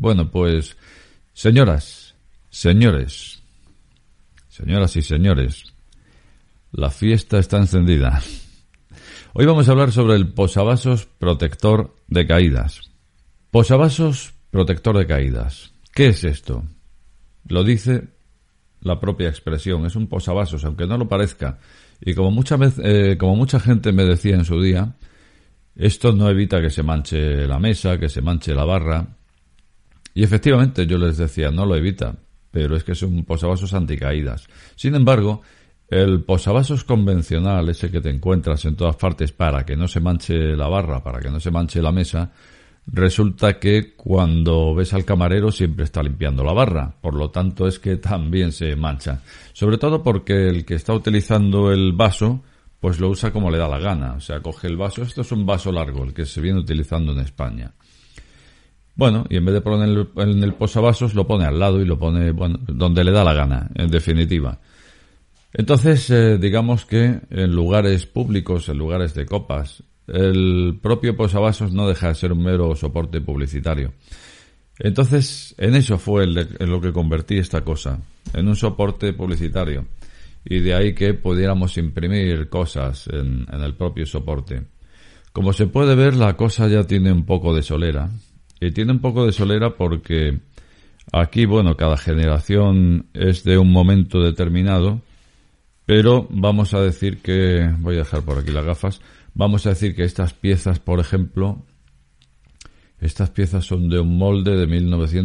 Bueno, pues, señoras, señores, señoras y señores, la fiesta está encendida. Hoy vamos a hablar sobre el posavasos protector de caídas. Posavasos protector de caídas. ¿Qué es esto? Lo dice la propia expresión, es un posavasos, aunque no lo parezca. Y como mucha gente me decía en su día, esto no evita que se manche la mesa, que se manche la barra. Y efectivamente yo les decía, no lo evita, pero es que es un posavasos anticaídas. Sin embargo, el posavasos convencional, ese que te encuentras en todas partes para que no se manche la barra, para que no se manche la mesa, resulta que cuando ves al camarero siempre está limpiando la barra. Por lo tanto es que también se mancha. Sobre todo porque el que está utilizando el vaso pues lo usa como le da la gana. O sea, coge el vaso. Esto es un vaso largo, el que se viene utilizando en España. Bueno, y en vez de poner en el posavasos, lo pone al lado y lo pone, bueno, donde le da la gana, en definitiva. Entonces, digamos que en lugares públicos, en lugares de copas, el propio posavasos no deja de ser un mero soporte publicitario. Entonces, en eso fue en lo que convertí esta cosa, en un soporte publicitario. Y de ahí que pudiéramos imprimir cosas en el propio soporte. Como se puede ver, la cosa ya tiene un poco de solera. Y tiene un poco de solera porque aquí, bueno, cada generación es de un momento determinado, pero vamos a decir que, voy a dejar por aquí las gafas, vamos a decir que estas piezas, por ejemplo, estas piezas son de un molde de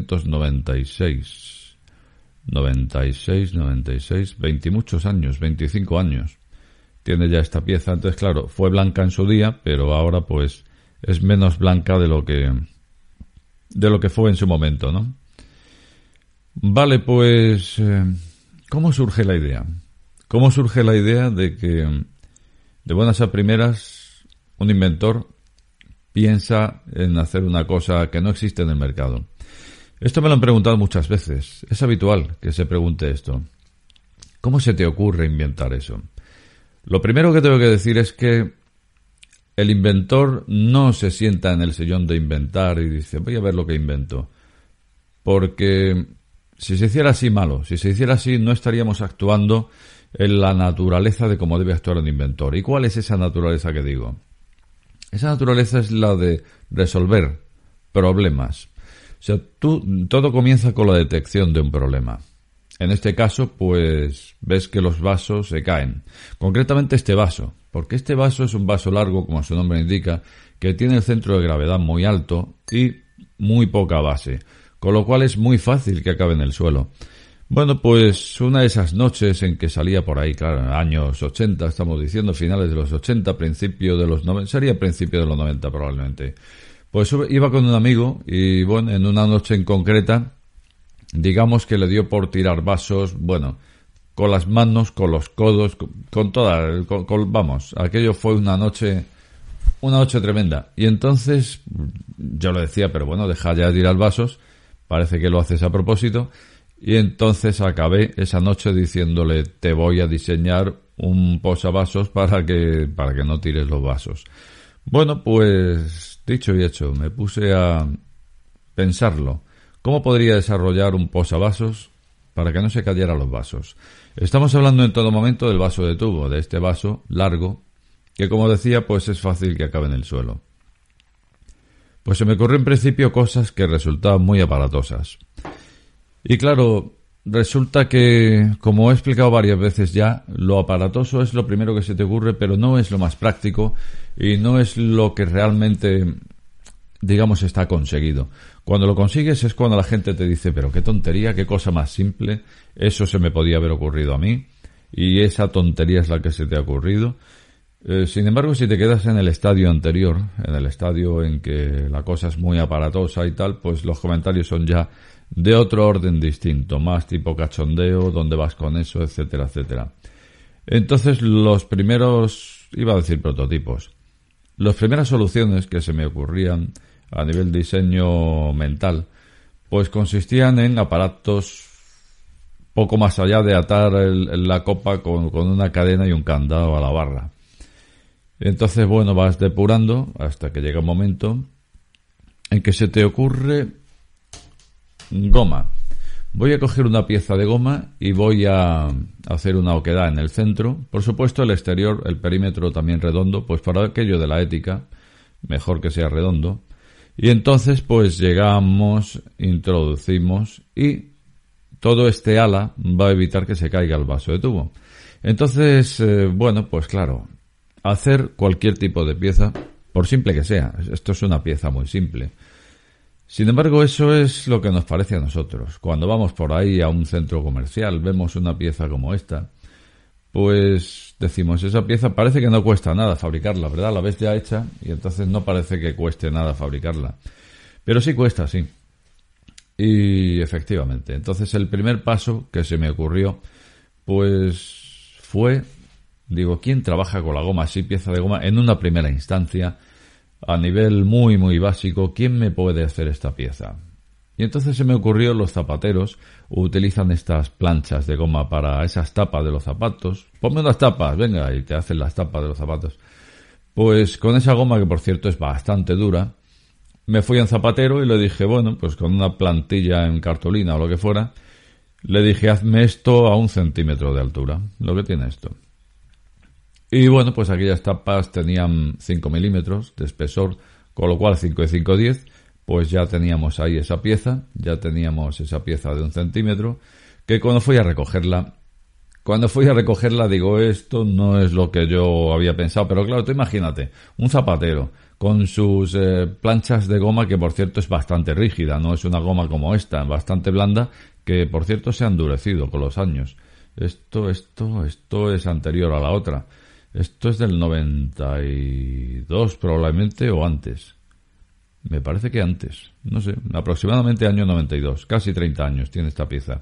1996. 96, 20 y muchos años, 25 años tiene ya esta pieza. Entonces, claro, fue blanca en su día, pero ahora pues es menos blanca de lo que fue en su momento, ¿no? Vale, pues ¿cómo surge la idea? ¿Cómo surge la idea de que de buenas a primeras un inventor piensa en hacer una cosa que no existe en el mercado? Esto me lo han preguntado muchas veces. Es habitual que se pregunte esto. ¿Cómo se te ocurre inventar eso? Lo primero que tengo que decir es que el inventor no se sienta en el sillón de inventar y dice, voy a ver lo que invento. Porque si se hiciera así, malo. Si se hiciera así, no estaríamos actuando en la naturaleza de cómo debe actuar un inventor. ¿Y cuál es esa naturaleza que digo? Esa naturaleza es la de resolver problemas. O sea, todo comienza con la detección de un problema. En este caso, pues, ves que los vasos se caen. Concretamente este vaso, porque este vaso es un vaso largo, como su nombre indica, que tiene el centro de gravedad muy alto y muy poca base, con lo cual es muy fácil que acabe en el suelo. Bueno, pues una de esas noches en que salía por ahí, claro, años 80, estamos diciendo, finales de los 80, principio de los 90, sería principio de los 90 probablemente. Pues iba con un amigo y, bueno, en una noche en concreta, digamos que le dio por tirar vasos, bueno, con las manos, con los codos, vamos, aquello fue una noche tremenda. Y entonces yo le decía, pero bueno, deja ya de tirar vasos, parece que lo haces a propósito. Y entonces acabé esa noche diciéndole, te voy a diseñar un posavasos para que no tires los vasos. Bueno, pues dicho y hecho, me puse a pensarlo. ¿Cómo podría desarrollar un posavasos para que no se cayeran los vasos? Estamos hablando en todo momento del vaso de tubo, de este vaso largo, que como decía, pues es fácil que acabe en el suelo. Pues se me ocurrió en principio cosas que resultaban muy aparatosas. Y claro, resulta que, como he explicado varias veces ya, lo aparatoso es lo primero que se te ocurre, pero no es lo más práctico y no es lo que realmente, digamos, está conseguido. Cuando lo consigues es cuando la gente te dice, pero qué tontería, qué cosa más simple, eso se me podía haber ocurrido a mí, y esa tontería es la que se te ha ocurrido. Sin embargo, si te quedas en el estadio anterior, en el estadio en que la cosa es muy aparatosa y tal, pues los comentarios son ya de otro orden distinto, más tipo cachondeo, dónde vas con eso, etcétera, etcétera. Entonces, los primeros, iba a decir prototipos, las primeras soluciones que se me ocurrían a nivel diseño mental, pues consistían en aparatos poco más allá de atar la copa con una cadena y un candado a la barra. Entonces, bueno, vas depurando hasta que llega un momento en que se te ocurre goma. Voy a coger una pieza de goma y voy a hacer una oquedad en el centro. Por supuesto, el exterior, el perímetro también redondo, pues para aquello de la ética, mejor que sea redondo. Y entonces, pues llegamos, introducimos y todo este ala va a evitar que se caiga el vaso de tubo. Entonces, bueno, pues claro, hacer cualquier tipo de pieza, por simple que sea, esto es una pieza muy simple. Sin embargo, eso es lo que nos parece a nosotros. Cuando vamos por ahí a un centro comercial, vemos una pieza como esta, pues decimos, esa pieza parece que no cuesta nada fabricarla, ¿verdad? La ves ya hecha y entonces no parece que cueste nada fabricarla. Pero sí cuesta, sí. Y efectivamente, entonces el primer paso que se me ocurrió, pues fue, digo, ¿quién trabaja con la goma así, pieza de goma, en una primera instancia, a nivel muy, muy básico? ¿Quién me puede hacer esta pieza? Y entonces se me ocurrió, los zapateros utilizan estas planchas de goma para esas tapas de los zapatos. Ponme unas tapas, venga, y te hacen las tapas de los zapatos. Pues con esa goma, que por cierto es bastante dura, me fui a un zapatero y le dije, bueno, pues con una plantilla en cartulina o lo que fuera, le dije, hazme esto a 1 centímetro de altura, lo que tiene esto. Y bueno, pues aquellas tapas tenían 5 milímetros de espesor, con lo cual 5 y 5, 10, pues ya teníamos ahí esa pieza, de 1 centímetro, que cuando fui a recogerla, digo, esto no es lo que yo había pensado, pero claro, tú imagínate, un zapatero con sus planchas de goma, que por cierto es bastante rígida, no es una goma como esta, bastante blanda, que por cierto se ha endurecido con los años. Esto es anterior a la otra. Esto es del 92 probablemente, o antes. Me parece que antes. No sé, aproximadamente año 92. Casi 30 años tiene esta pieza.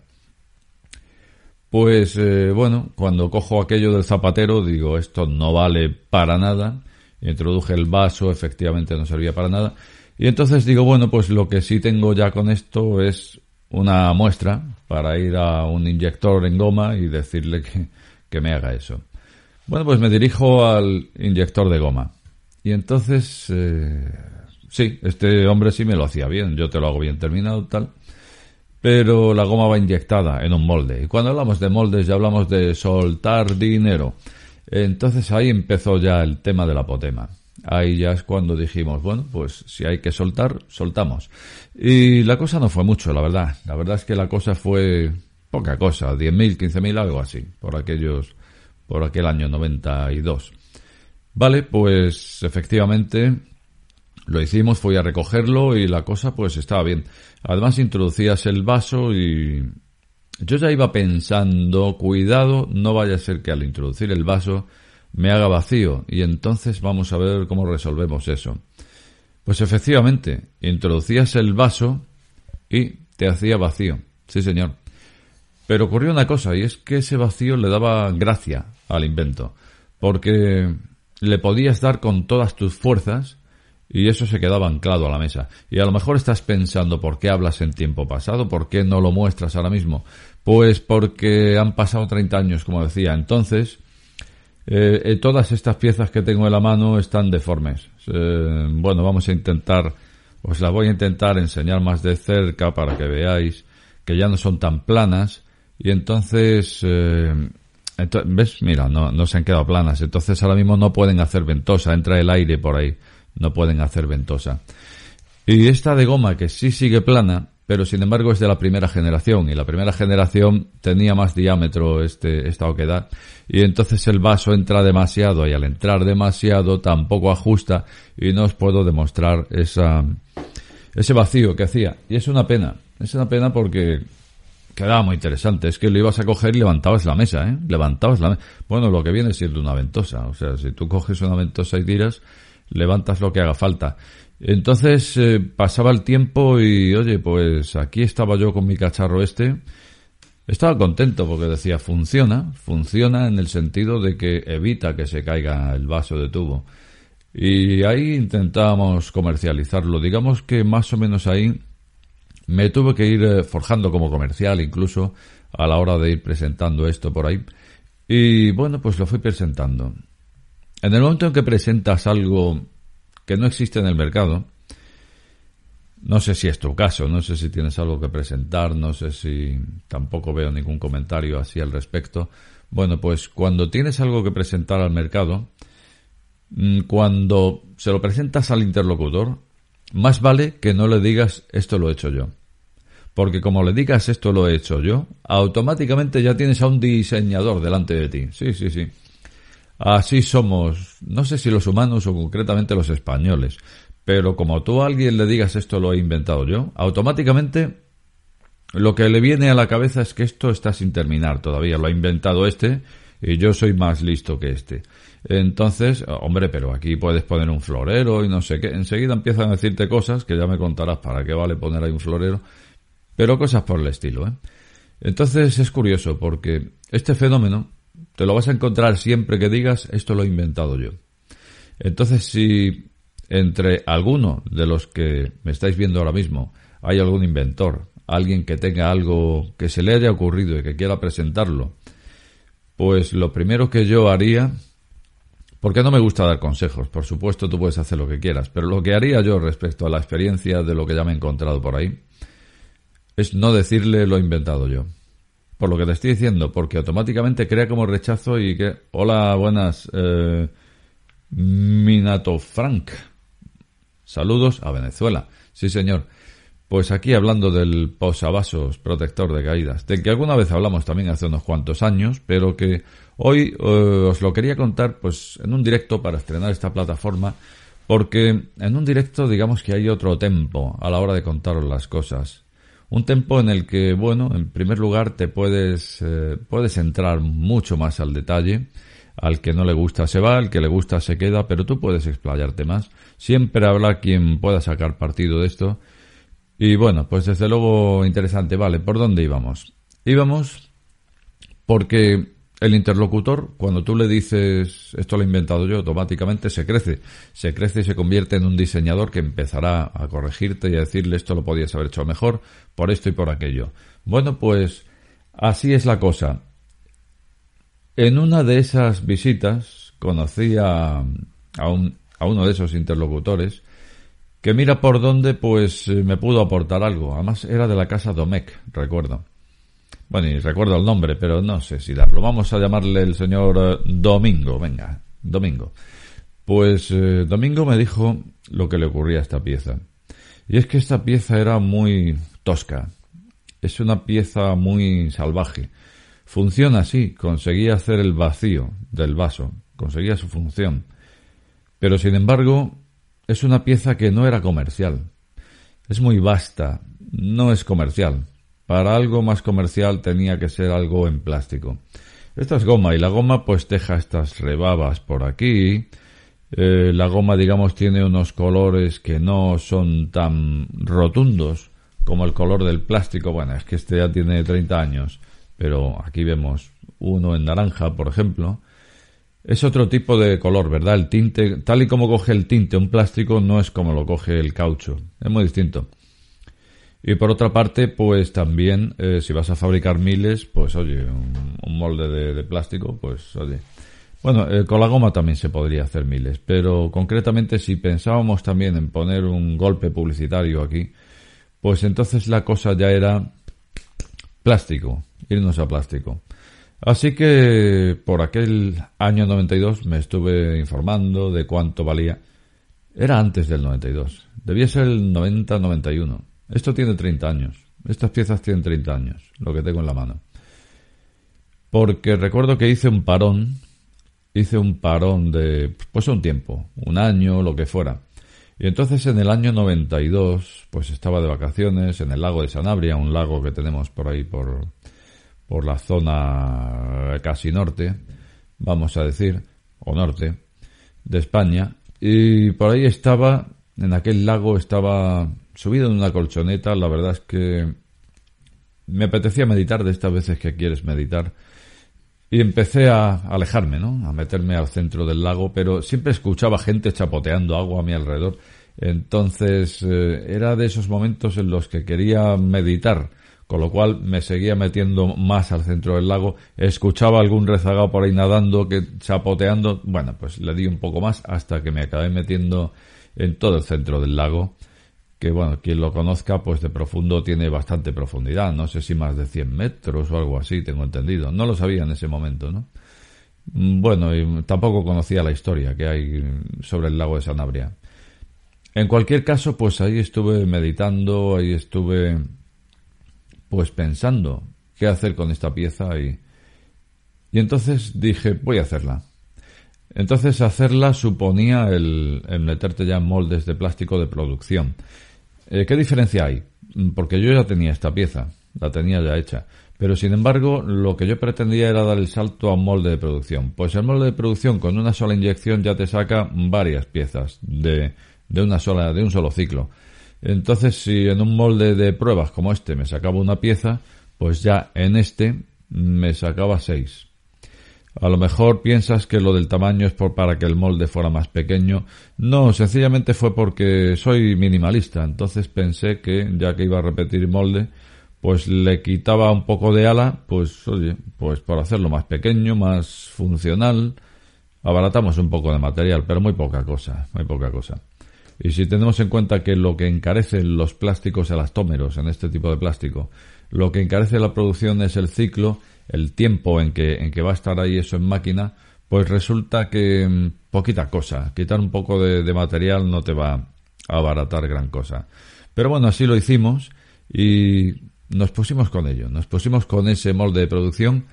Pues bueno, cuando cojo aquello del zapatero, digo, esto no vale para nada. Introduje el vaso, efectivamente no servía para nada. Y entonces digo, bueno, pues lo que sí tengo ya con esto es una muestra para ir a un inyector en goma y decirle que me haga eso. Bueno, pues me dirijo al inyector de goma. Y entonces, sí, este hombre sí me lo hacía bien. Yo te lo hago bien terminado, tal. Pero la goma va inyectada en un molde. Y cuando hablamos de moldes ya hablamos de soltar dinero. Entonces ahí empezó ya el tema del apotema. Ahí ya es cuando dijimos, bueno, pues si hay que soltar, soltamos. Y la cosa no fue mucho, la verdad. La verdad es que la cosa fue poca cosa, 10.000, 15.000, algo así, por aquel año 92. Vale, pues efectivamente lo hicimos, fui a recogerlo y la cosa pues estaba bien. Además introducías el vaso y yo ya iba pensando, cuidado, no vaya a ser que al introducir el vaso me haga vacío y entonces vamos a ver cómo resolvemos eso. Pues efectivamente, introducías el vaso y te hacía vacío. Sí, señor. Pero ocurrió una cosa, y es que ese vacío le daba gracia al invento, porque le podías dar con todas tus fuerzas y eso se quedaba anclado a la mesa. Y a lo mejor estás pensando, ¿por qué hablas en tiempo pasado? ¿Por qué no lo muestras ahora mismo? Pues porque han pasado 30 años, como decía. Entonces, todas estas piezas que tengo en la mano están deformes. Bueno, vamos a intentar, os las voy a intentar enseñar más de cerca para que veáis que ya no son tan planas. Y entonces, ¿ves? Mira, no se han quedado planas. Entonces ahora mismo no pueden hacer ventosa. Entra el aire por ahí. No pueden hacer ventosa. Y esta de goma que sí sigue plana, pero sin embargo es de la primera generación. Y la primera generación tenía más diámetro esta oquedad. Y entonces el vaso entra demasiado. Y al entrar demasiado tampoco ajusta. Y no os puedo demostrar ese vacío que hacía. Y es una pena. Es una pena porque quedaba muy interesante. Es que lo ibas a coger y levantabas la mesa, ¿eh? Levantabas la mesa. Bueno, lo que viene siendo una ventosa. O sea, si tú coges una ventosa y tiras, levantas lo que haga falta. Entonces pasaba el tiempo y, oye, pues aquí estaba yo con mi cacharro este. Estaba contento porque decía, funciona en el sentido de que evita que se caiga el vaso de tubo. Y ahí intentábamos comercializarlo. Digamos que más o menos ahí me tuve que ir forjando como comercial incluso a la hora de ir presentando esto por ahí. Y bueno, pues lo fui presentando. En el momento en que presentas algo que no existe en el mercado, No sé si es tu caso, no sé si tienes algo que presentar, no sé si tampoco veo ningún comentario así al respecto. Bueno, pues cuando tienes algo que presentar al mercado, cuando se lo presentas al interlocutor, más vale que no le digas esto lo he hecho yo. Porque como le digas esto lo he hecho yo, automáticamente ya tienes a un diseñador delante de ti. Sí, sí, sí. Así somos, no sé si los humanos o concretamente los españoles, pero como tú a alguien le digas esto lo he inventado yo, automáticamente lo que le viene a la cabeza es que esto está sin terminar todavía, lo ha inventado este y yo soy más listo que este. Entonces, hombre, pero aquí puedes poner un florero y no sé qué. Enseguida empiezan a decirte cosas que ya me contarás para qué vale poner ahí un florero, pero cosas por el estilo, ¿eh? Entonces es curioso porque este fenómeno te lo vas a encontrar siempre que digas esto lo he inventado yo. Entonces si entre alguno de los que me estáis viendo ahora mismo hay algún inventor, alguien que tenga algo que se le haya ocurrido y que quiera presentarlo, pues lo primero que yo haría, porque no me gusta dar consejos, por supuesto tú puedes hacer lo que quieras, pero lo que haría yo respecto a la experiencia de lo que ya me he encontrado por ahí, es no decirle lo he inventado yo. Por lo que te estoy diciendo, porque automáticamente crea como rechazo y que... Hola, buenas, Minato Frank. Saludos a Venezuela. Sí, señor. Pues aquí hablando del posavasos protector de caídas, de que alguna vez hablamos también hace unos cuantos años, pero que hoy os lo quería contar pues en un directo para estrenar esta plataforma, porque en un directo digamos que hay otro tempo a la hora de contaros las cosas. Un tempo en el que, bueno, en primer lugar te puedes entrar mucho más al detalle. Al que no le gusta se va, al que le gusta se queda, pero tú puedes explayarte más. Siempre habrá quien pueda sacar partido de esto. Y bueno, pues desde luego interesante. Vale, ¿por dónde íbamos? Íbamos porque el interlocutor, cuando tú le dices esto lo he inventado yo, automáticamente se crece y se convierte en un diseñador que empezará a corregirte y a decirle esto lo podías haber hecho mejor por esto y por aquello. Bueno, pues así es la cosa. En una de esas visitas conocí a uno de esos interlocutores que mira por dónde pues me pudo aportar algo. Además era de la casa Domecq, recuerdo. Bueno, y recuerdo el nombre, pero no sé si darlo. Vamos a llamarle el señor Domingo. Venga, Domingo. Pues Domingo me dijo lo que le ocurría a esta pieza. Y es que esta pieza era muy tosca. Es una pieza muy salvaje. Funciona así. Conseguía hacer el vacío del vaso. Conseguía su función. Pero sin embargo, es una pieza que no era comercial. Es muy vasta. No es comercial. Para algo más comercial tenía que ser algo en plástico. Esta es goma y la goma pues deja estas rebabas por aquí. La goma digamos tiene unos colores que no son tan rotundos como el color del plástico. Bueno, es que este ya tiene 30 años, pero aquí vemos uno en naranja, por ejemplo. Es otro tipo de color, ¿verdad? El tinte, tal y como coge el tinte un plástico, no es como lo coge el caucho. Es muy distinto. Y por otra parte, pues también, si vas a fabricar miles, pues oye, un molde de plástico, pues oye. Bueno, con la goma también se podría hacer miles, pero concretamente si pensábamos también en poner un golpe publicitario aquí, pues entonces la cosa ya era plástico, irnos a plástico. Así que por aquel año 92 me estuve informando de cuánto valía. Era antes del 92, debía ser el 90-91. Esto tiene 30 años. Estas piezas tienen 30 años, lo que tengo en la mano. Porque recuerdo que hice un parón de, pues un tiempo, un año, lo que fuera. Y entonces en el año 92, pues estaba de vacaciones en el lago de Sanabria, un lago que tenemos por ahí por la zona casi norte, vamos a decir, o norte, de España. Y por ahí estaba, en aquel lago estaba subido en una colchoneta. La verdad es que me apetecía meditar de estas veces que quieres meditar. Y empecé a alejarme, ¿no? A meterme al centro del lago, pero siempre escuchaba gente chapoteando agua a mi alrededor. Entonces, era de esos momentos en los que quería meditar, con lo cual me seguía metiendo más al centro del lago. Escuchaba algún rezagado por ahí nadando, chapoteando. Bueno, pues le di un poco más hasta que me acabé metiendo en todo el centro del lago. que bueno, quien lo conozca, pues de profundo tiene bastante profundidad, no sé si más de 100 metros o algo así, tengo entendido. No lo sabía en ese momento, ¿no? Bueno, y tampoco conocía la historia que hay sobre el lago de Sanabria. En cualquier caso, pues ahí estuve meditando, ahí estuve pues pensando qué hacer con esta pieza y entonces dije, voy a hacerla. Entonces hacerla suponía el meterte ya en moldes de plástico de producción. ¿Qué diferencia hay? Porque yo ya tenía esta pieza, la tenía ya hecha. Pero sin embargo, lo que yo pretendía era dar el salto a un molde de producción. Pues el molde de producción con una sola inyección ya te saca varias piezas de un solo ciclo. Entonces, si en un molde de pruebas como este me sacaba una pieza, pues ya en este me sacaba 6. A lo mejor piensas que lo del tamaño es para que el molde fuera más pequeño. No, sencillamente fue porque soy minimalista. Entonces pensé que, ya que iba a repetir molde, pues le quitaba un poco de ala, pues oye, pues por hacerlo más pequeño, más funcional, abaratamos un poco de material, pero muy poca cosa, muy poca cosa. Y si tenemos en cuenta que lo que encarece los plásticos elastómeros en este tipo de plástico, lo que encarece la producción es el ciclo, el tiempo en que va a estar ahí eso en máquina, pues resulta que poquita cosa. Quitar un poco de material no te va a abaratar gran cosa. Pero bueno, así lo hicimos y nos pusimos con ello. Nos pusimos con ese molde de producción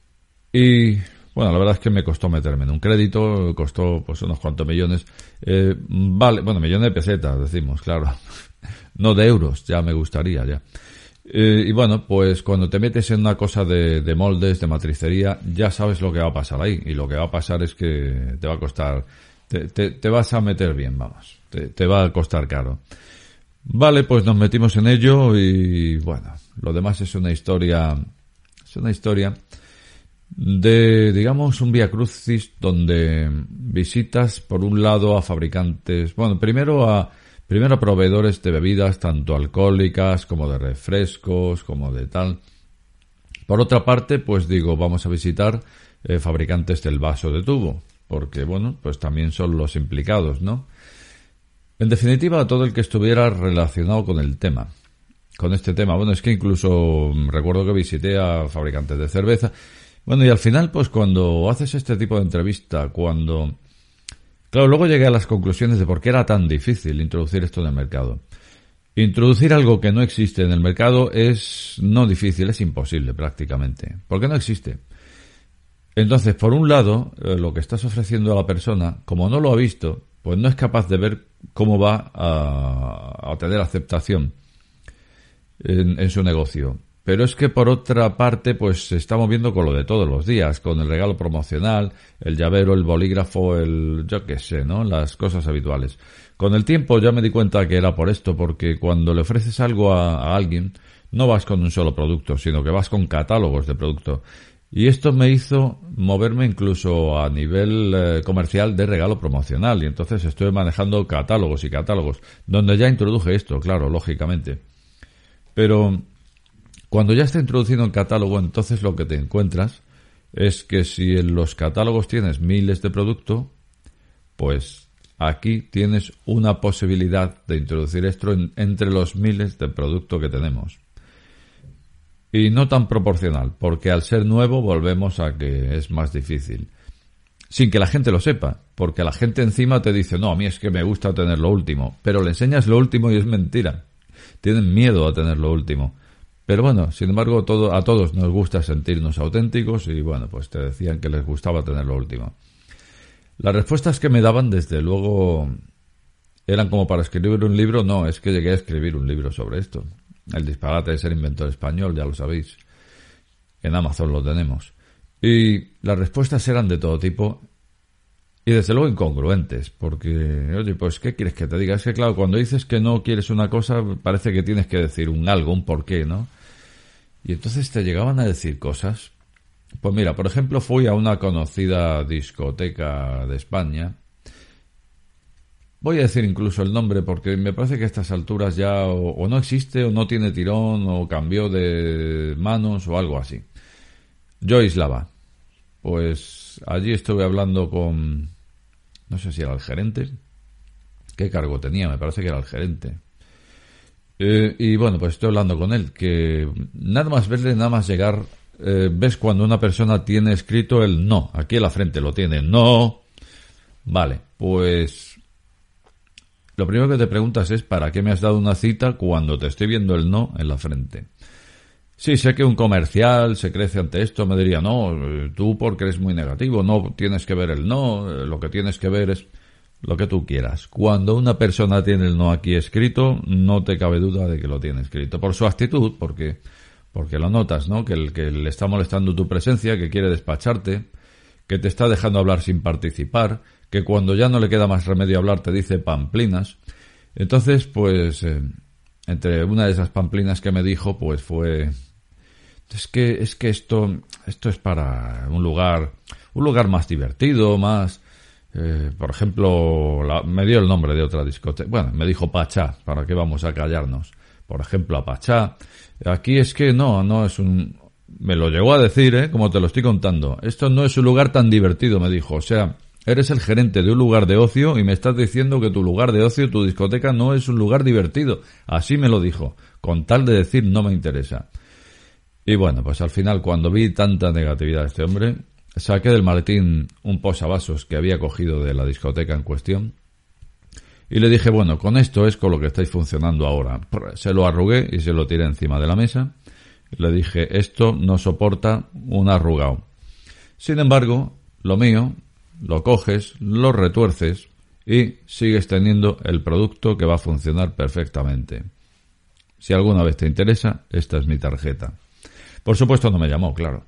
y bueno, la verdad es que me costó meterme en un crédito, costó pues unos cuantos millones. Millones de pesetas, decimos, claro. No de euros, ya me gustaría, ya. Y bueno, pues cuando te metes en una cosa de moldes, de matricería, ya sabes lo que va a pasar ahí. Y lo que va a pasar es que te va a costar, te vas a meter bien, vamos. Te va a costar caro. Vale, pues nos metimos en ello y bueno, lo demás es una historia de, digamos, un vía crucis donde visitas por un lado a fabricantes, bueno, primero a proveedores de bebidas tanto alcohólicas como de refrescos, como de tal. Por otra parte, pues digo, vamos a visitar fabricantes del vaso de tubo, porque bueno, pues también son los implicados, ¿no? En definitiva, a todo el que estuviera relacionado con el tema, con este tema. Bueno, es que incluso recuerdo que visité a fabricantes de cerveza. Bueno, y al final, pues cuando haces este tipo de entrevista, Claro, luego llegué a las conclusiones de por qué era tan difícil introducir esto en el mercado. Introducir algo que no existe en el mercado es no difícil, es imposible prácticamente, porque no existe. Entonces, por un lado, lo que estás ofreciendo a la persona, como no lo ha visto, pues no es capaz de ver cómo va a tener aceptación en su negocio. Pero es que por otra parte, pues se está moviendo con lo de todos los días, con el regalo promocional, el llavero, el bolígrafo, yo qué sé, ¿no? Las cosas habituales. Con el tiempo ya me di cuenta que era por esto, porque cuando le ofreces algo a alguien, no vas con un solo producto, sino que vas con catálogos de producto. Y esto me hizo moverme incluso a nivel comercial de regalo promocional, y entonces estuve manejando catálogos y catálogos, donde ya introduje esto, claro, lógicamente. Pero cuando ya está introducido en catálogo, entonces lo que te encuentras es que si en los catálogos tienes miles de productos, pues aquí tienes una posibilidad de introducir esto entre los miles de productos que tenemos. Y no tan proporcional, porque al ser nuevo volvemos a que es más difícil. Sin que la gente lo sepa, porque la gente encima te dice, no, a mí es que me gusta tener lo último, pero le enseñas lo último y es mentira. Tienen miedo a tener lo último. Pero bueno, sin embargo, a todos nos gusta sentirnos auténticos y bueno, pues te decían que les gustaba tener lo último. Las respuestas que me daban, desde luego, eran como para escribir un libro. No, es que llegué a escribir un libro sobre esto. El disparate de ser inventor español, ya lo sabéis. En Amazon lo tenemos. Y las respuestas eran de todo tipo y desde luego incongruentes, porque, oye, pues, ¿qué quieres que te diga? Es que claro, cuando dices que no quieres una cosa, parece que tienes que decir un algo, un porqué, ¿no? Y entonces te llegaban a decir cosas. Pues mira, por ejemplo, fui a una conocida discoteca de España. Voy a decir incluso el nombre porque me parece que a estas alturas ya o no existe o no tiene tirón o cambió de manos o algo así. Joyce Lava. Pues allí estuve hablando con, no sé si era el gerente. ¿Qué cargo tenía? Me parece que era el gerente. Y bueno, pues estoy hablando con él, que nada más verle, nada más llegar, ves cuando una persona tiene escrito el no, aquí en la frente lo tiene, no. Vale, pues lo primero que te preguntas es ¿para qué me has dado una cita cuando te estoy viendo el no en la frente? Sí, sé que un comercial se crece ante esto, me diría, no, tú porque eres muy negativo, no tienes que ver el no, lo que tienes que ver es lo que tú quieras. Cuando una persona tiene el no aquí escrito, no te cabe duda de que lo tiene escrito. Por su actitud, porque lo notas, ¿no? Que le está molestando tu presencia, que quiere despacharte, que te está dejando hablar sin participar, que cuando ya no le queda más remedio hablar te dice pamplinas. Entonces, pues, entre una de esas pamplinas que me dijo, pues fue... Es que esto es para un lugar más divertido, más... por ejemplo, me dio el nombre de otra discoteca. Bueno, me dijo Pachá, ¿para qué vamos a callarnos? Por ejemplo, a Pachá. Aquí es que no es un... Me lo llegó a decir, como te lo estoy contando. Esto no es un lugar tan divertido, me dijo. O sea, eres el gerente de un lugar de ocio y me estás diciendo que tu lugar de ocio, tu discoteca, no es un lugar divertido. Así me lo dijo, con tal de decir no me interesa. Y bueno, pues al final, cuando vi tanta negatividad de este hombre, saqué del maletín un posavasos que había cogido de la discoteca en cuestión y le dije, bueno, con esto es con lo que estáis funcionando ahora. Se lo arrugué y se lo tiré encima de la mesa. Le dije, esto no soporta un arrugado. Sin embargo, lo mío, lo coges, lo retuerces y sigues teniendo el producto que va a funcionar perfectamente. Si alguna vez te interesa, esta es mi tarjeta. Por supuesto no me llamó, claro.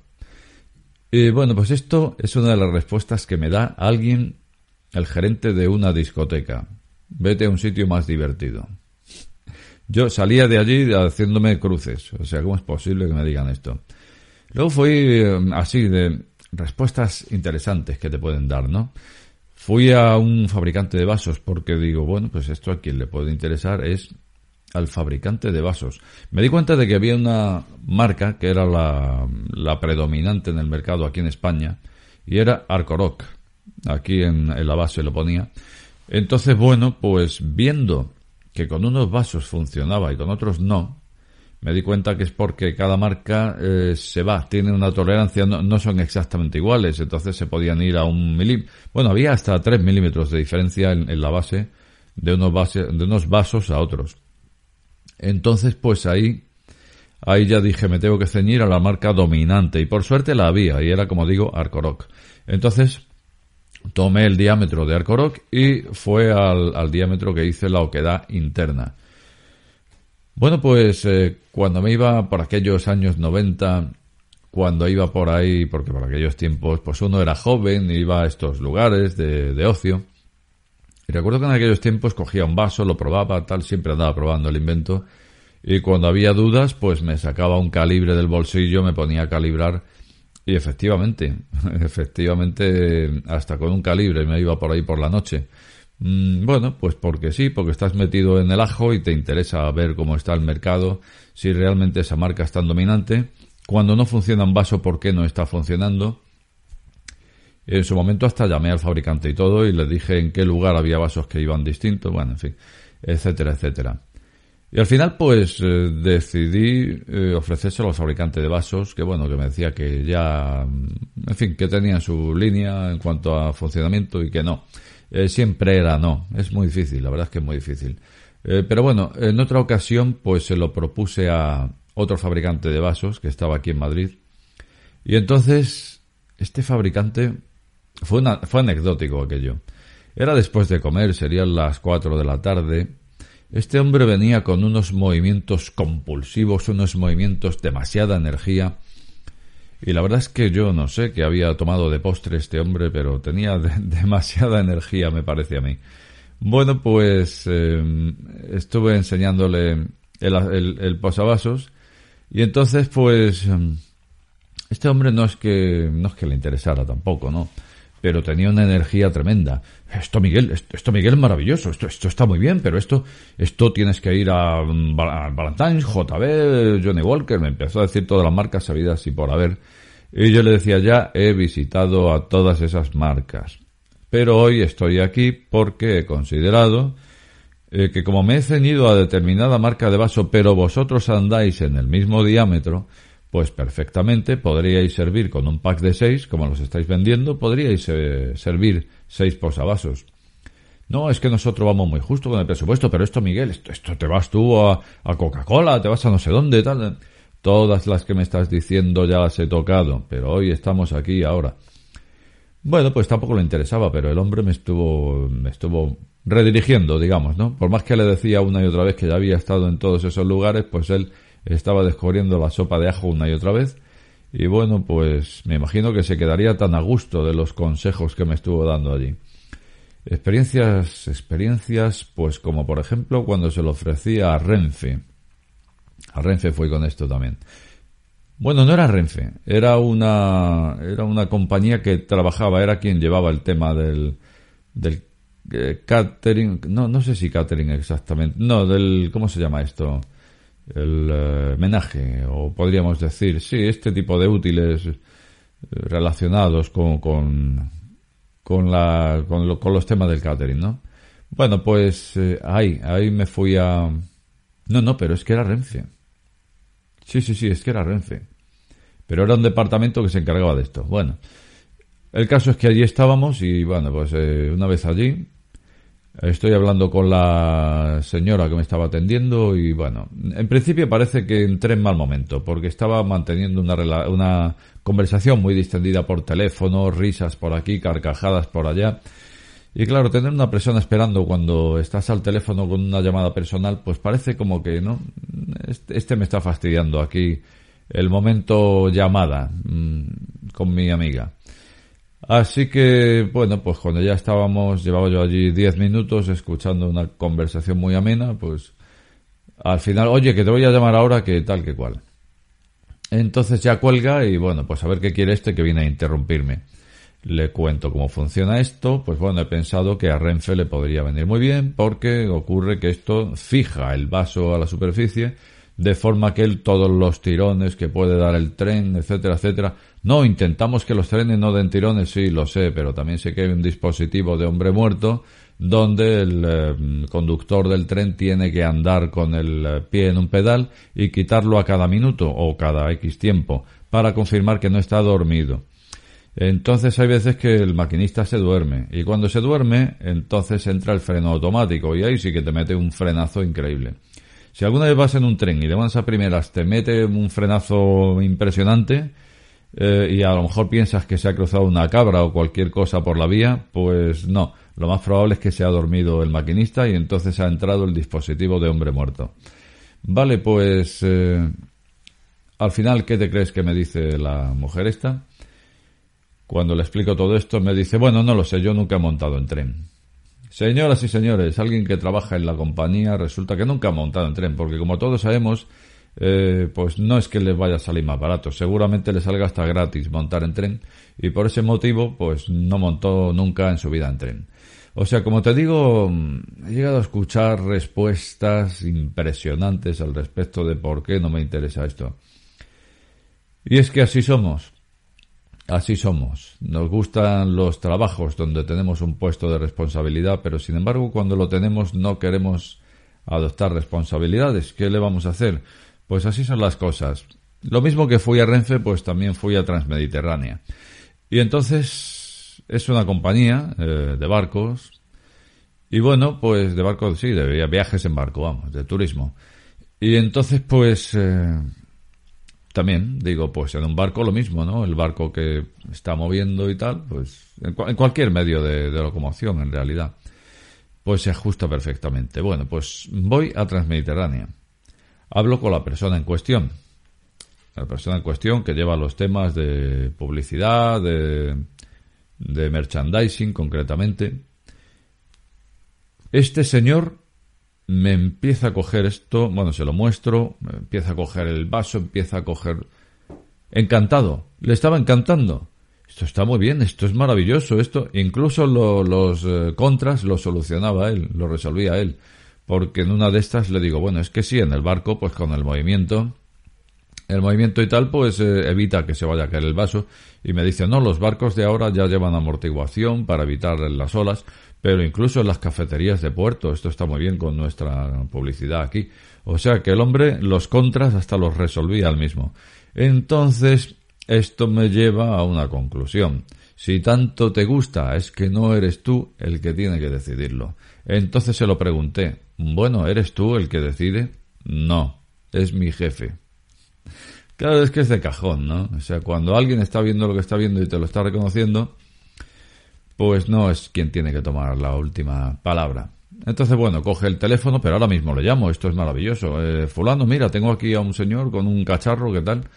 Y bueno, pues esto es una de las respuestas que me da alguien, el gerente de una discoteca. Vete a un sitio más divertido. Yo salía de allí haciéndome cruces. O sea, ¿cómo es posible que me digan esto? Luego fui así de respuestas interesantes que te pueden dar, ¿no? Fui a un fabricante de vasos porque digo, bueno, pues esto a quien le puede interesar es al fabricante de vasos. Me di cuenta de que había una marca que era la predominante en el mercado aquí en España y era Arcoroc. Aquí en la base lo ponía. Entonces, bueno, pues viendo que con unos vasos funcionaba y con otros no, me di cuenta que es porque cada marca tiene una tolerancia, no son exactamente iguales, entonces se podían ir a 1 milímetro. Bueno, había hasta 3 milímetros de diferencia en la base de unos vasos a otros. Entonces, pues ahí ya dije, me tengo que ceñir a la marca dominante. Y por suerte la había, y era, como digo, Arcoroc. Entonces, tomé el diámetro de Arcoroc y fue al diámetro que hice la oquedad interna. Bueno, pues cuando me iba por aquellos años 90, cuando iba por ahí, porque por aquellos tiempos, pues uno era joven, iba a estos lugares de ocio. Y recuerdo que en aquellos tiempos cogía un vaso, lo probaba, tal, siempre andaba probando el invento. Y cuando había dudas, pues me sacaba un calibre del bolsillo, me ponía a calibrar. Y efectivamente, hasta con un calibre me iba por ahí por la noche. Bueno, pues porque sí, porque estás metido en el ajo y te interesa ver cómo está el mercado, si realmente esa marca es tan dominante. Cuando no funciona un vaso, ¿por qué no está funcionando? En su momento hasta llamé al fabricante y todo y les dije en qué lugar había vasos que iban distintos, bueno, en fin, etcétera, etcétera. Y al final pues decidí ofrecérselo al fabricante de vasos, que bueno, que me decía que ya, en fin, que tenían su línea en cuanto a funcionamiento y que no. Siempre era no, es muy difícil, la verdad es que es muy difícil. Pero bueno, en otra ocasión pues se lo propuse a otro fabricante de vasos que estaba aquí en Madrid. Y entonces este fabricante... Fue anecdótico aquello. Era después de comer, serían las 4 de la tarde. Este hombre venía con unos movimientos compulsivos, unos movimientos, demasiada energía. Y la verdad es que yo no sé qué había tomado de postre este hombre, pero tenía demasiada energía, me parece a mí. Bueno, pues estuve enseñándole el posavasos y entonces pues este hombre no es que le interesara tampoco, ¿no? Pero tenía una energía tremenda. Esto Miguel es maravilloso, esto está muy bien, pero esto tienes que ir a Ballantines, JB, Johnny Walker, me empezó a decir todas las marcas sabidas y por haber. Y yo le decía, ya he visitado a todas esas marcas, pero hoy estoy aquí porque he considerado que como me he ceñido a determinada marca de vaso, pero vosotros andáis en el mismo diámetro, pues perfectamente podríais servir con un pack de 6, como los estáis vendiendo, podríais servir 6 posavasos. No, es que nosotros vamos muy justo con el presupuesto, pero esto, Miguel, esto te vas tú a Coca-Cola, te vas a no sé dónde, tal. Todas las que me estás diciendo ya las he tocado, pero hoy estamos aquí ahora. Bueno, pues tampoco le interesaba, pero el hombre me estuvo redirigiendo, digamos, ¿no? Por más que le decía una y otra vez que ya había estado en todos esos lugares, pues él estaba descubriendo la sopa de ajo una y otra vez. Y bueno, pues me imagino que se quedaría tan a gusto de los consejos que me estuvo dando allí. Experiencias, pues como por ejemplo cuando se lo ofrecía a Renfe. A Renfe fui con esto también. Bueno, no era Renfe, era una compañía que trabajaba, era quien llevaba el tema del catering, no sé si catering exactamente, no, ¿cómo se llama esto? El menaje, o podríamos decir, sí, este tipo de útiles relacionados con los temas del catering, ¿no? Bueno, pues ahí me fui a... No, pero es que era Renfe. Sí, es que era Renfe. Pero era un departamento que se encargaba de esto. Bueno, el caso es que allí estábamos y bueno, pues una vez allí estoy hablando con la señora que me estaba atendiendo y bueno, en principio parece que entré en mal momento porque estaba manteniendo una conversación muy distendida por teléfono, risas por aquí, carcajadas por allá. Y claro, tener una persona esperando cuando estás al teléfono con una llamada personal, pues parece como que, ¿no? Este me está fastidiando aquí el momento llamada con mi amiga. Así que, bueno, pues cuando ya llevaba yo allí 10 minutos escuchando una conversación muy amena, pues al final, oye, que te voy a llamar ahora, que tal, que cual. Entonces ya cuelga y bueno, pues a ver qué quiere que viene a interrumpirme. Le cuento cómo funciona esto, pues bueno, he pensado que a Renfe le podría venir muy bien porque ocurre que esto fija el vaso a la superficie de forma que todos los tirones que puede dar el tren, etcétera, etcétera. No, intentamos que los trenes no den tirones, sí, lo sé, pero también sé que hay un dispositivo de hombre muerto donde el conductor del tren tiene que andar con el pie en un pedal y quitarlo a cada minuto o cada X tiempo para confirmar que no está dormido. Entonces hay veces que el maquinista se duerme y cuando se duerme entonces entra el freno automático y ahí sí que te mete un frenazo increíble. Si alguna vez vas en un tren y de buenas a primeras te mete un frenazo impresionante y a lo mejor piensas que se ha cruzado una cabra o cualquier cosa por la vía, pues no, lo más probable es que se ha dormido el maquinista y entonces ha entrado el dispositivo de hombre muerto. Vale, pues al final, ¿qué te crees que me dice la mujer esta? Cuando le explico todo esto me dice, bueno, no lo sé, yo nunca he montado en tren. Señoras y señores, alguien que trabaja en la compañía resulta que nunca ha montado en tren, porque como todos sabemos, pues no es que les vaya a salir más barato, seguramente le salga hasta gratis montar en tren y por ese motivo pues no montó nunca en su vida en tren. O sea, como te digo, he llegado a escuchar respuestas impresionantes al respecto de por qué no me interesa esto. Y es que así somos. Así somos. Nos gustan los trabajos donde tenemos un puesto de responsabilidad, pero sin embargo cuando lo tenemos no queremos adoptar responsabilidades. ¿Qué le vamos a hacer? Pues así son las cosas. Lo mismo que fui a Renfe, pues también fui a Transmediterránea. Y entonces es una compañía de barcos. Y bueno, pues de barcos, sí, de viajes en barco, vamos, de turismo. Y entonces pues... también, digo, pues en un barco lo mismo, ¿no? El barco que está moviendo y tal, pues en cualquier medio de locomoción, en realidad, pues se ajusta perfectamente. Bueno, pues voy a Transmediterránea. Hablo con la persona en cuestión. La persona en cuestión que lleva los temas de publicidad, de merchandising, concretamente. Este señor... me empieza a coger esto, bueno, se lo muestro, me empieza a coger el vaso, empieza a coger... Encantado, le estaba encantando. Esto está muy bien, esto es maravilloso, esto... Incluso los contras lo solucionaba él, lo resolvía él. Porque en una de estas le digo, bueno, es que sí, en el barco, pues con el movimiento, el movimiento y tal, pues evita que se vaya a caer el vaso. Y me dice, no, los barcos de ahora ya llevan amortiguación para evitar las olas, pero incluso en las cafeterías de puerto, esto está muy bien con nuestra publicidad aquí. O sea que el hombre los contras hasta los resolvía al mismo. Entonces, esto me lleva a una conclusión. Si tanto te gusta, es que no eres tú el que tiene que decidirlo. Entonces se lo pregunté, bueno, ¿eres tú el que decide? No, es mi jefe. Claro, es que es de cajón, ¿no? O sea, cuando alguien está viendo lo que está viendo y te lo está reconociendo, pues no es quien tiene que tomar la última palabra. Entonces, bueno, coge el teléfono, pero ahora mismo le llamo, esto es maravilloso. Fulano, mira, tengo aquí a un señor con un cacharro, ¿qué tal?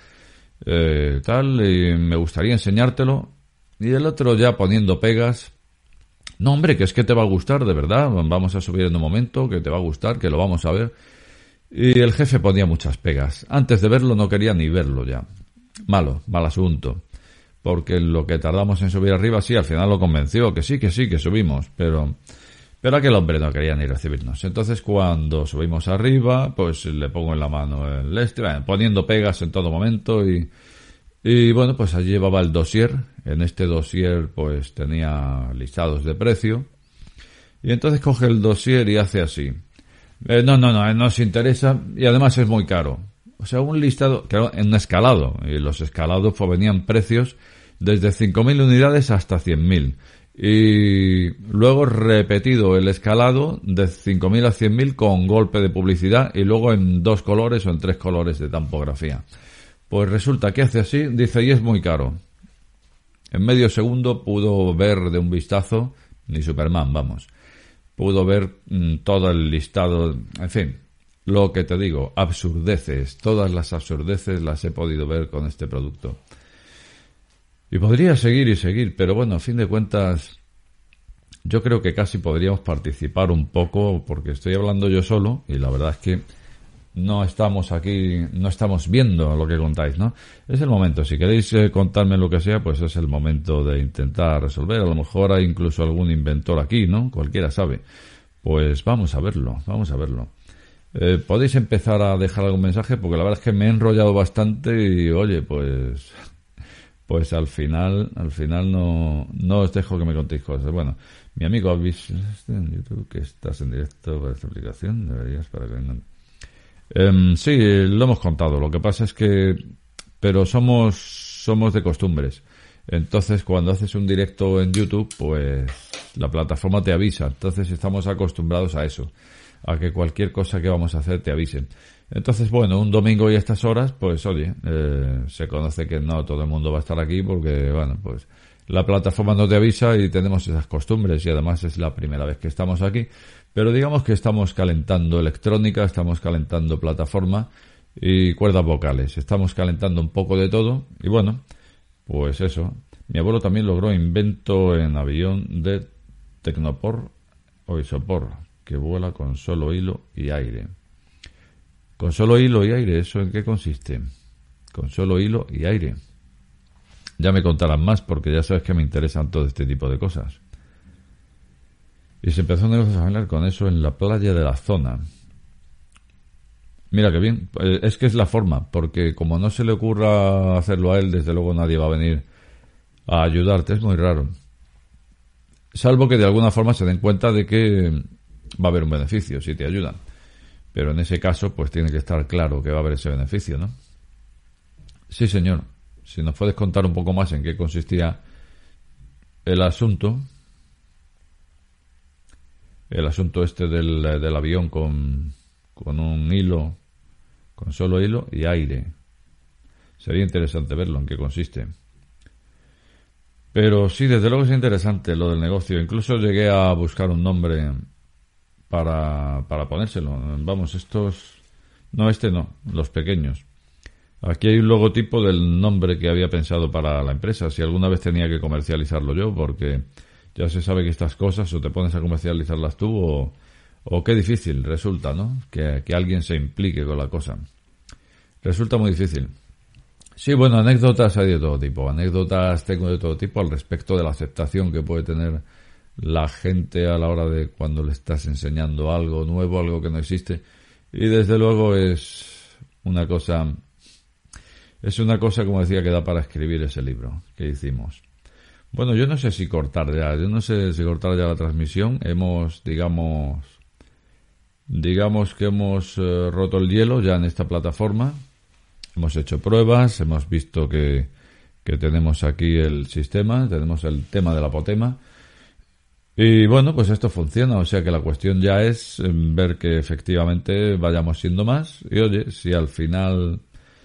Y me gustaría enseñártelo. Y el otro ya poniendo pegas. No, hombre, que es que te va a gustar, de verdad. Vamos a subir en un momento, que te va a gustar, que lo vamos a ver. Y el jefe ponía muchas pegas. Antes de verlo no quería ni verlo ya. Mal asunto. Porque lo que tardamos en subir arriba, sí, al final lo convenció, que sí, que subimos. Pero aquel hombre no quería ni recibirnos. Entonces cuando subimos arriba, pues le pongo en la mano poniendo pegas en todo momento y bueno, pues allí llevaba el dossier. En este dossier pues tenía listados de precio. Y entonces coge el dossier y hace así. No nos interesa y además es muy caro. O sea, un listado, claro, en un escalado. Y los escalados pues venían precios desde 5.000 unidades hasta 100.000. Y luego repetido el escalado de 5.000 a 100.000 con golpe de publicidad y luego en 2 colores o en 3 colores de tampografía. Pues resulta que hace así, dice, y es muy caro. En medio segundo pudo ver de un vistazo, ni Superman, vamos, pudo ver todo el listado, en fin, lo que te digo, absurdeces, todas las absurdeces las he podido ver con este producto. Y podría seguir y seguir, pero bueno, a fin de cuentas, yo creo que casi podríamos participar un poco, porque estoy hablando yo solo, y la verdad es que no estamos aquí, no estamos viendo lo que contáis, ¿no? Es el momento, si queréis contarme lo que sea, pues es el momento de intentar resolver. A lo mejor hay incluso algún inventor aquí, ¿no? Cualquiera sabe. Pues vamos a verlo. Podéis empezar a dejar algún mensaje, porque la verdad es que me he enrollado bastante y, oye, pues al final no os dejo que me contéis cosas. Bueno, mi amigo, ¿habéis en YouTube que estás en directo para esta aplicación? Deberías para que vengan. Sí, lo hemos contado. Lo que pasa es que, pero somos de costumbres. Entonces, cuando haces un directo en YouTube, pues la plataforma te avisa. Entonces, estamos acostumbrados a eso, a que cualquier cosa que vamos a hacer te avisen. Entonces, bueno, un domingo y a estas horas, pues oye, se conoce que no todo el mundo va a estar aquí porque, bueno, pues la plataforma no te avisa y tenemos esas costumbres y además es la primera vez que estamos aquí. Pero digamos que estamos calentando electrónica, estamos calentando plataforma y cuerdas vocales. Estamos calentando un poco de todo y bueno, pues eso. Mi abuelo también logró invento en avión de Tecnopor o Isopor, que vuela con solo hilo y aire. Con solo hilo y aire, ¿eso en qué consiste? Con solo hilo y aire. Ya me contarán más porque ya sabes que me interesan todo este tipo de cosas. Y se empezó un negocio familiar con eso en la playa de la zona. Mira qué bien, es que es la forma, porque como no se le ocurra hacerlo a él, desde luego nadie va a venir a ayudarte, es muy raro. Salvo que de alguna forma se den cuenta de que va a haber un beneficio si te ayudan. Pero en ese caso, pues tiene que estar claro que va a haber ese beneficio, ¿no? Sí, señor. Si nos puedes contar un poco más en qué consistía el asunto este del avión con un hilo, con solo hilo y aire. Sería interesante verlo, en qué consiste. Pero sí, desde luego es interesante lo del negocio. Incluso llegué a buscar un nombre para ponérselo. Vamos, estos... No, los pequeños. Aquí hay un logotipo del nombre que había pensado para la empresa. Si alguna vez tenía que comercializarlo yo, porque ya se sabe que estas cosas o te pones a comercializarlas tú o qué difícil resulta, ¿no? Que alguien se implique con la cosa. Resulta muy difícil. Sí, bueno, anécdotas hay de todo tipo. Anécdotas tengo de todo tipo al respecto de la aceptación que puede tener la gente a la hora de cuando le estás enseñando algo nuevo, algo que no existe. Y desde luego es una cosa es una cosa, como decía, que da para escribir ese libro que hicimos. Bueno, yo no sé si cortar ya la transmisión. Digamos que hemos roto el hielo ya en esta plataforma. Hemos hecho pruebas, hemos visto que tenemos aquí el sistema, tenemos el tema del apotema. Y bueno, pues esto funciona, o sea que la cuestión ya es ver que efectivamente vayamos siendo más. Y oye, si al final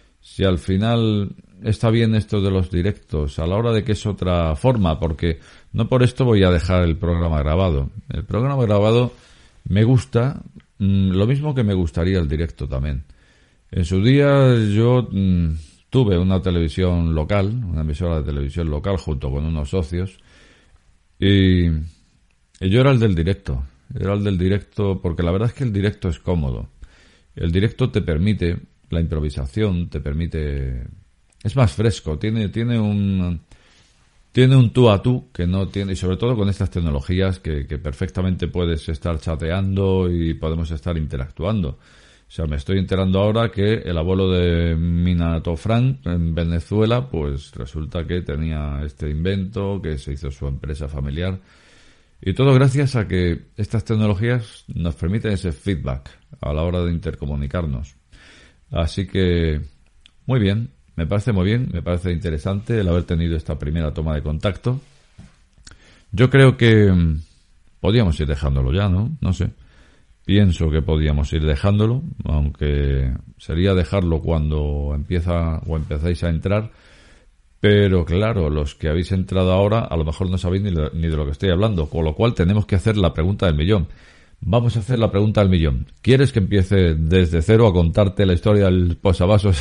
está bien esto de los directos, a la hora de que es otra forma, porque no por esto voy a dejar el programa grabado. El programa grabado me gusta, lo mismo que me gustaría el directo también. En su día yo tuve una televisión local, una emisora de televisión local junto con unos socios, y yo era el del directo. Era el del directo porque la verdad es que el directo es cómodo. El directo te permite la improvisación, te permite... Es más fresco, tiene un tú a tú que no tiene, y sobre todo con estas tecnologías que perfectamente puedes estar chateando y podemos estar interactuando. O sea, me estoy enterando ahora que el abuelo de Minato Frank en Venezuela, pues resulta que tenía este invento, que se hizo su empresa familiar. Y todo gracias a que estas tecnologías nos permiten ese feedback a la hora de intercomunicarnos. Así que, muy bien, me parece muy bien, me parece interesante el haber tenido esta primera toma de contacto. Yo creo que podíamos ir dejándolo ya, ¿no? No sé. Pienso que podíamos ir dejándolo, aunque sería dejarlo cuando empezáis a entrar. Pero claro, los que habéis entrado ahora a lo mejor no sabéis ni de lo que estoy hablando, con lo cual tenemos que hacer la pregunta del millón. Vamos a hacer la pregunta del millón. ¿Quieres que empiece desde cero a contarte la historia del posavasos,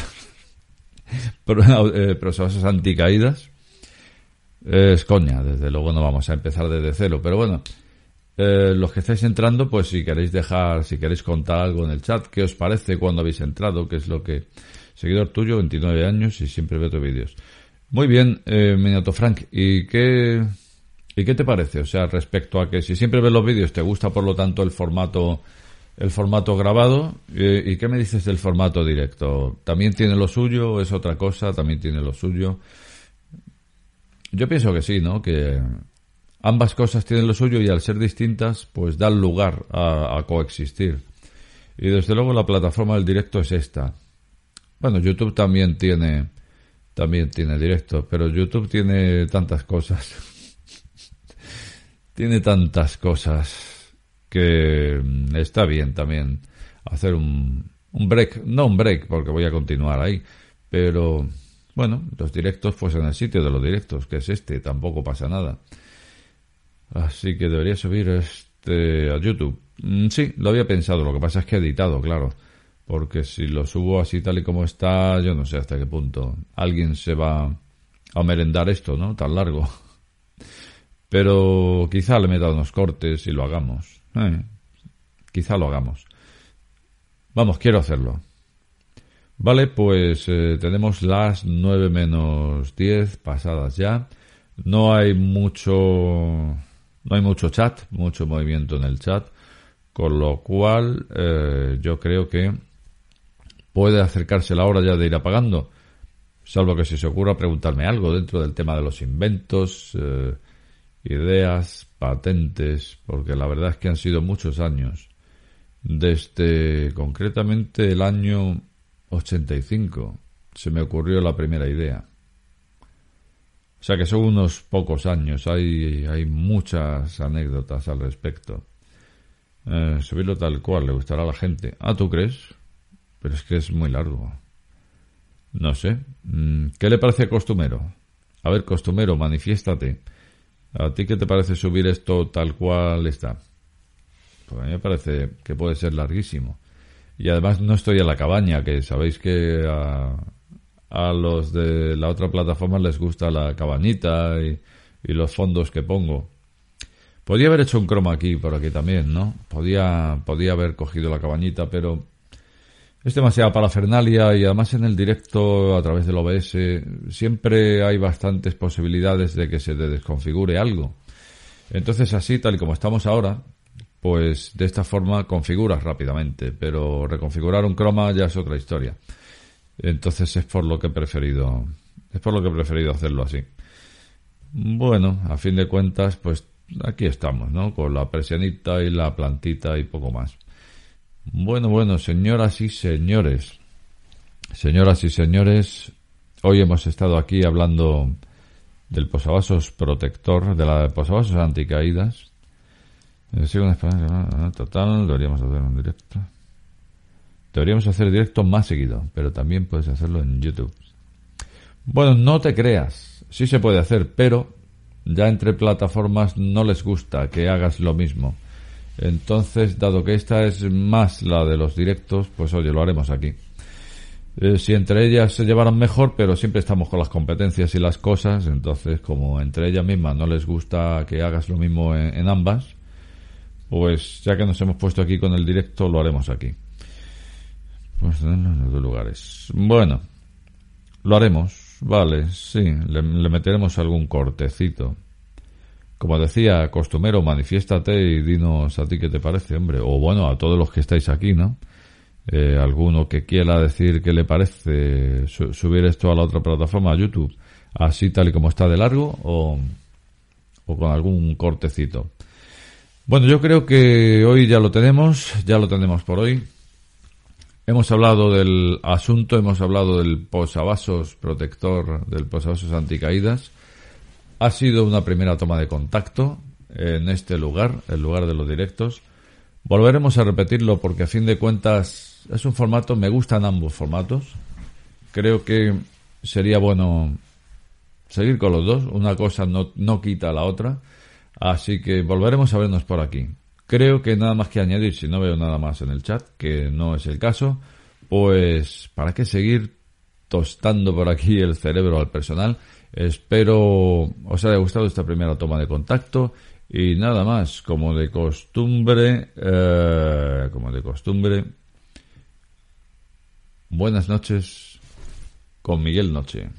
posavasos anticaídas? Es coña, desde luego no vamos a empezar desde cero, pero bueno, los que estáis entrando, pues si queréis contar algo en el chat, ¿qué os parece cuando habéis entrado? ¿Qué es lo que... Seguidor tuyo, 29 años y siempre veo tus vídeos. Muy bien, Minato Frank, ¿y qué te parece? O sea, respecto a que si siempre ves los vídeos te gusta, por lo tanto, el formato grabado, ¿y qué me dices del formato directo? ¿También tiene lo suyo? ¿Es otra cosa? ¿También tiene lo suyo? Yo pienso que sí, ¿no? Que ambas cosas tienen lo suyo y al ser distintas, pues dan lugar a coexistir. Y desde luego la plataforma del directo es esta. Bueno, YouTube también tiene directo, pero YouTube tiene tantas cosas. Tiene tantas cosas que está bien también hacer un break. No un break, porque voy a continuar ahí. Pero, bueno, los directos, pues en el sitio de los directos, que es este, tampoco pasa nada. Así que debería subir a YouTube. Sí, lo había pensado, lo que pasa es que he editado, claro. Porque si lo subo así tal y como está, yo no sé hasta qué punto alguien se va a merendar esto, ¿no? Tan largo. Pero quizá le meta unos cortes y lo hagamos. Quizá lo hagamos. Vamos, quiero hacerlo. Vale, pues tenemos las 9 menos 10 pasadas ya. No hay mucho chat, mucho movimiento en el chat. Con lo cual, yo creo que puede acercarse la hora ya de ir apagando, salvo que se os ocurra preguntarme algo dentro del tema de los inventos, ideas, patentes, porque la verdad es que han sido muchos años, desde concretamente el año 85 se me ocurrió la primera idea. O sea que son unos pocos años, hay muchas anécdotas al respecto. Subirlo tal cual, le gustará a la gente. Ah, ¿tú crees? Pero es que es muy largo. No sé. ¿Qué le parece a Costumero? A ver, Costumero, manifiéstate. ¿A ti qué te parece subir esto tal cual está? Pues a mí me parece que puede ser larguísimo. Y además no estoy en la cabaña, que sabéis que a los de la otra plataforma les gusta la cabañita y los fondos que pongo. Podía haber hecho un croma key por aquí también, ¿no? Podía haber cogido la cabañita, pero es demasiada parafernalia y además en el directo a través del OBS siempre hay bastantes posibilidades de que se desconfigure algo. Entonces así, tal y como estamos ahora, pues de esta forma configuras rápidamente, pero reconfigurar un croma ya es otra historia. Entonces es por lo que he preferido hacerlo así. Bueno, a fin de cuentas, pues aquí estamos, ¿no? Con la persianita y la plantita y poco más. Bueno, señoras y señores, hoy hemos estado aquí hablando del posavasos protector, de la posavasos anticaídas. Total, deberíamos hacer un directo. Deberíamos hacer directo más seguido, pero también puedes hacerlo en YouTube. Bueno, no te creas, sí se puede hacer, pero ya entre plataformas no les gusta que hagas lo mismo. Entonces, dado que esta es más la de los directos, pues oye, lo haremos aquí. Si entre ellas se llevaran mejor, pero siempre estamos con las competencias y las cosas, entonces como entre ellas mismas no les gusta que hagas lo mismo en ambas, pues ya que nos hemos puesto aquí con el directo, lo haremos aquí. Pues en los dos lugares. Bueno, lo haremos, vale, sí, le meteremos algún cortecito. Como decía, costumero, manifiéstate y dinos a ti qué te parece, hombre. O bueno, a todos los que estáis aquí, ¿no? Alguno que quiera decir qué le parece subir esto a la otra plataforma, a YouTube, así tal y como está de largo, o con algún cortecito. Bueno, yo creo que hoy ya lo tenemos por hoy. Hemos hablado del asunto, hemos hablado del posavasos protector, del posavasos anticaídas. Ha sido una primera toma de contacto en este lugar, el lugar de los directos. Volveremos a repetirlo porque a fin de cuentas es un formato, me gustan ambos formatos. Creo que sería bueno seguir con los dos, una cosa no quita a la otra. Así que volveremos a vernos por aquí. Creo que nada más que añadir, si no veo nada más en el chat, que no es el caso, pues ¿para qué seguir tostando por aquí el cerebro al personal? Espero os haya gustado esta primera toma de contacto y nada más, como de costumbre, buenas noches con Miguel Noche.